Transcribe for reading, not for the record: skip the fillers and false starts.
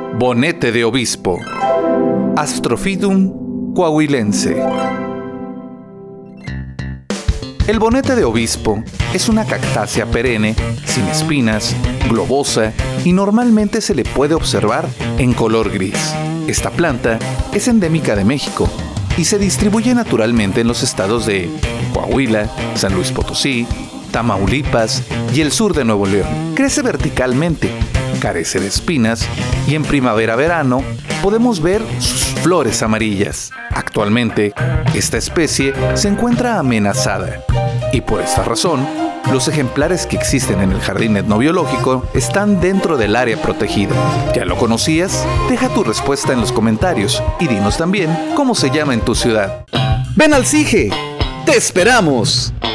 Bonete de obispo, Astrophytum coahuilense. El bonete de obispo es una cactácea perenne, sin espinas, globosa y normalmente se le puede observar en color gris. Esta planta es endémica de México y se distribuye naturalmente en los estados de Coahuila, San Luis Potosí, Tamaulipas y el sur de Nuevo León. Crece verticalmente, carece de espinas y en primavera-verano podemos ver sus flores amarillas. Actualmente, esta especie se encuentra amenazada y por esta razón, los ejemplares que existen en el jardín etnobiológico están dentro del área protegida. ¿Ya lo conocías? Deja tu respuesta en los comentarios y dinos también cómo se llama en tu ciudad. ¡Ven al CIGE! ¡Te esperamos!